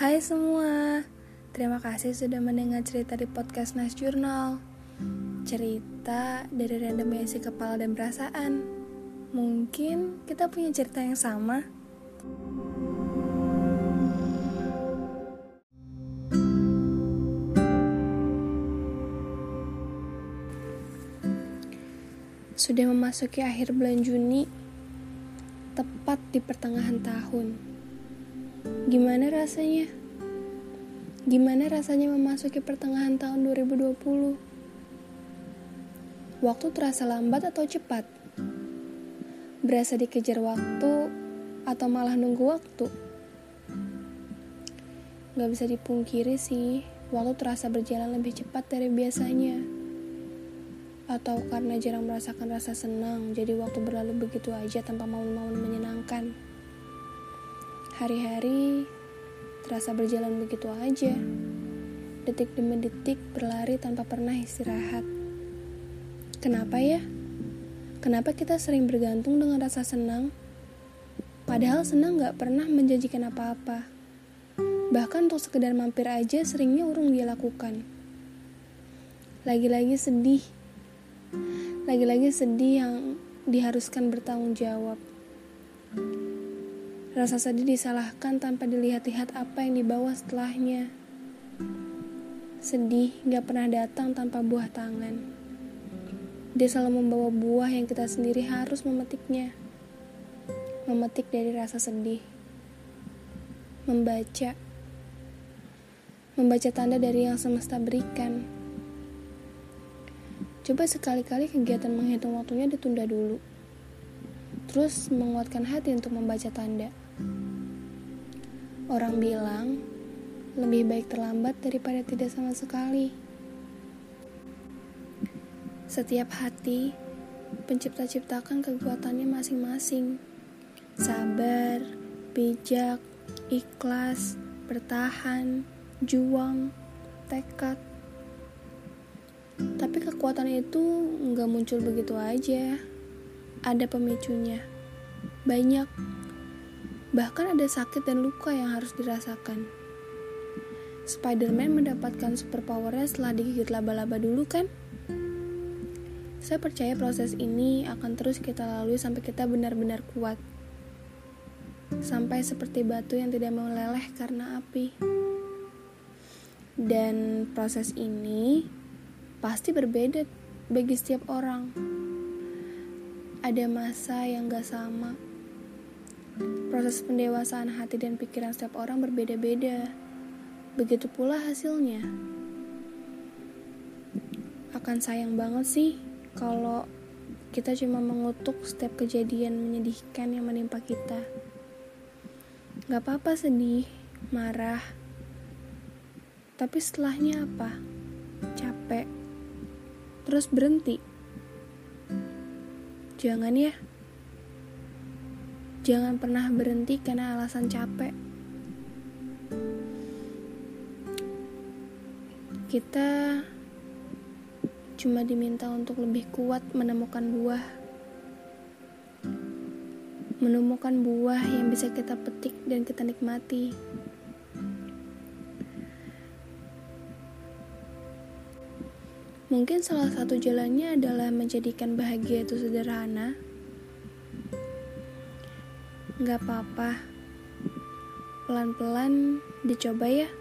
Hai semua, terima kasih sudah mendengar cerita di podcast Nice Journal. Cerita dari random isi kepala dan perasaan. Mungkin kita punya cerita yang sama. Sudah memasuki akhir bulan Juni, tepat di pertengahan tahun. Gimana rasanya? Gimana rasanya memasuki pertengahan tahun 2020? Waktu terasa lambat atau cepat? Berasa dikejar waktu atau malah nunggu waktu? Gak bisa dipungkiri sih, waktu terasa berjalan lebih cepat dari biasanya. Atau karena jarang merasakan rasa senang, jadi waktu berlalu begitu aja tanpa momen-momen menyenangkan. Hari-hari terasa berjalan begitu aja. Detik demi detik berlari tanpa pernah istirahat. Kenapa ya? Kenapa kita sering bergantung dengan rasa senang? Padahal senang gak pernah menjanjikan apa-apa. Bahkan untuk sekedar mampir aja seringnya urung dia lakukan. Lagi-lagi sedih yang diharuskan bertanggung jawab. Rasa sedih disalahkan tanpa dilihat-lihat apa yang dibawa setelahnya. Sedih gak pernah datang tanpa buah tangan. Dia selalu membawa buah yang kita sendiri harus memetiknya. Memetik dari rasa sedih. Membaca tanda dari yang semesta berikan. Coba sekali-kali kegiatan menghitung waktunya ditunda dulu. Terus menguatkan hati untuk membaca tanda. Orang bilang, lebih baik terlambat daripada tidak sama sekali. Setiap hati, pencipta ciptakan kekuatannya masing-masing. Sabar, bijak, ikhlas, bertahan, juang, tekad. Tapi kekuatan itu gak muncul begitu aja. Ada pemicunya. Banyak. Bahkan ada sakit dan luka yang harus dirasakan. Spider-Man mendapatkan superpowernya setelah digigit laba-laba dulu kan? Saya percaya proses ini akan terus kita lalui sampai kita benar-benar kuat. Sampai seperti batu yang tidak meleleh karena api. Dan proses ini pasti berbeda bagi setiap orang. Ada masa yang gak sama. Proses pendewasaan hati dan pikiran setiap orang berbeda-beda. Begitu pula hasilnya. Akan sayang banget sih kalau kita cuma mengutuk setiap kejadian menyedihkan yang menimpa kita. Gak apa-apa sedih, marah. Tapi setelahnya apa? Capek. Terus berhenti. Jangan ya. Jangan pernah berhenti karena alasan capek. Kita cuma diminta untuk lebih kuat menemukan buah. Menemukan buah yang bisa kita petik dan kita nikmati. Mungkin salah satu jalannya adalah menjadikan bahagia itu sederhana. Gak apa-apa. Pelan-pelan dicoba ya.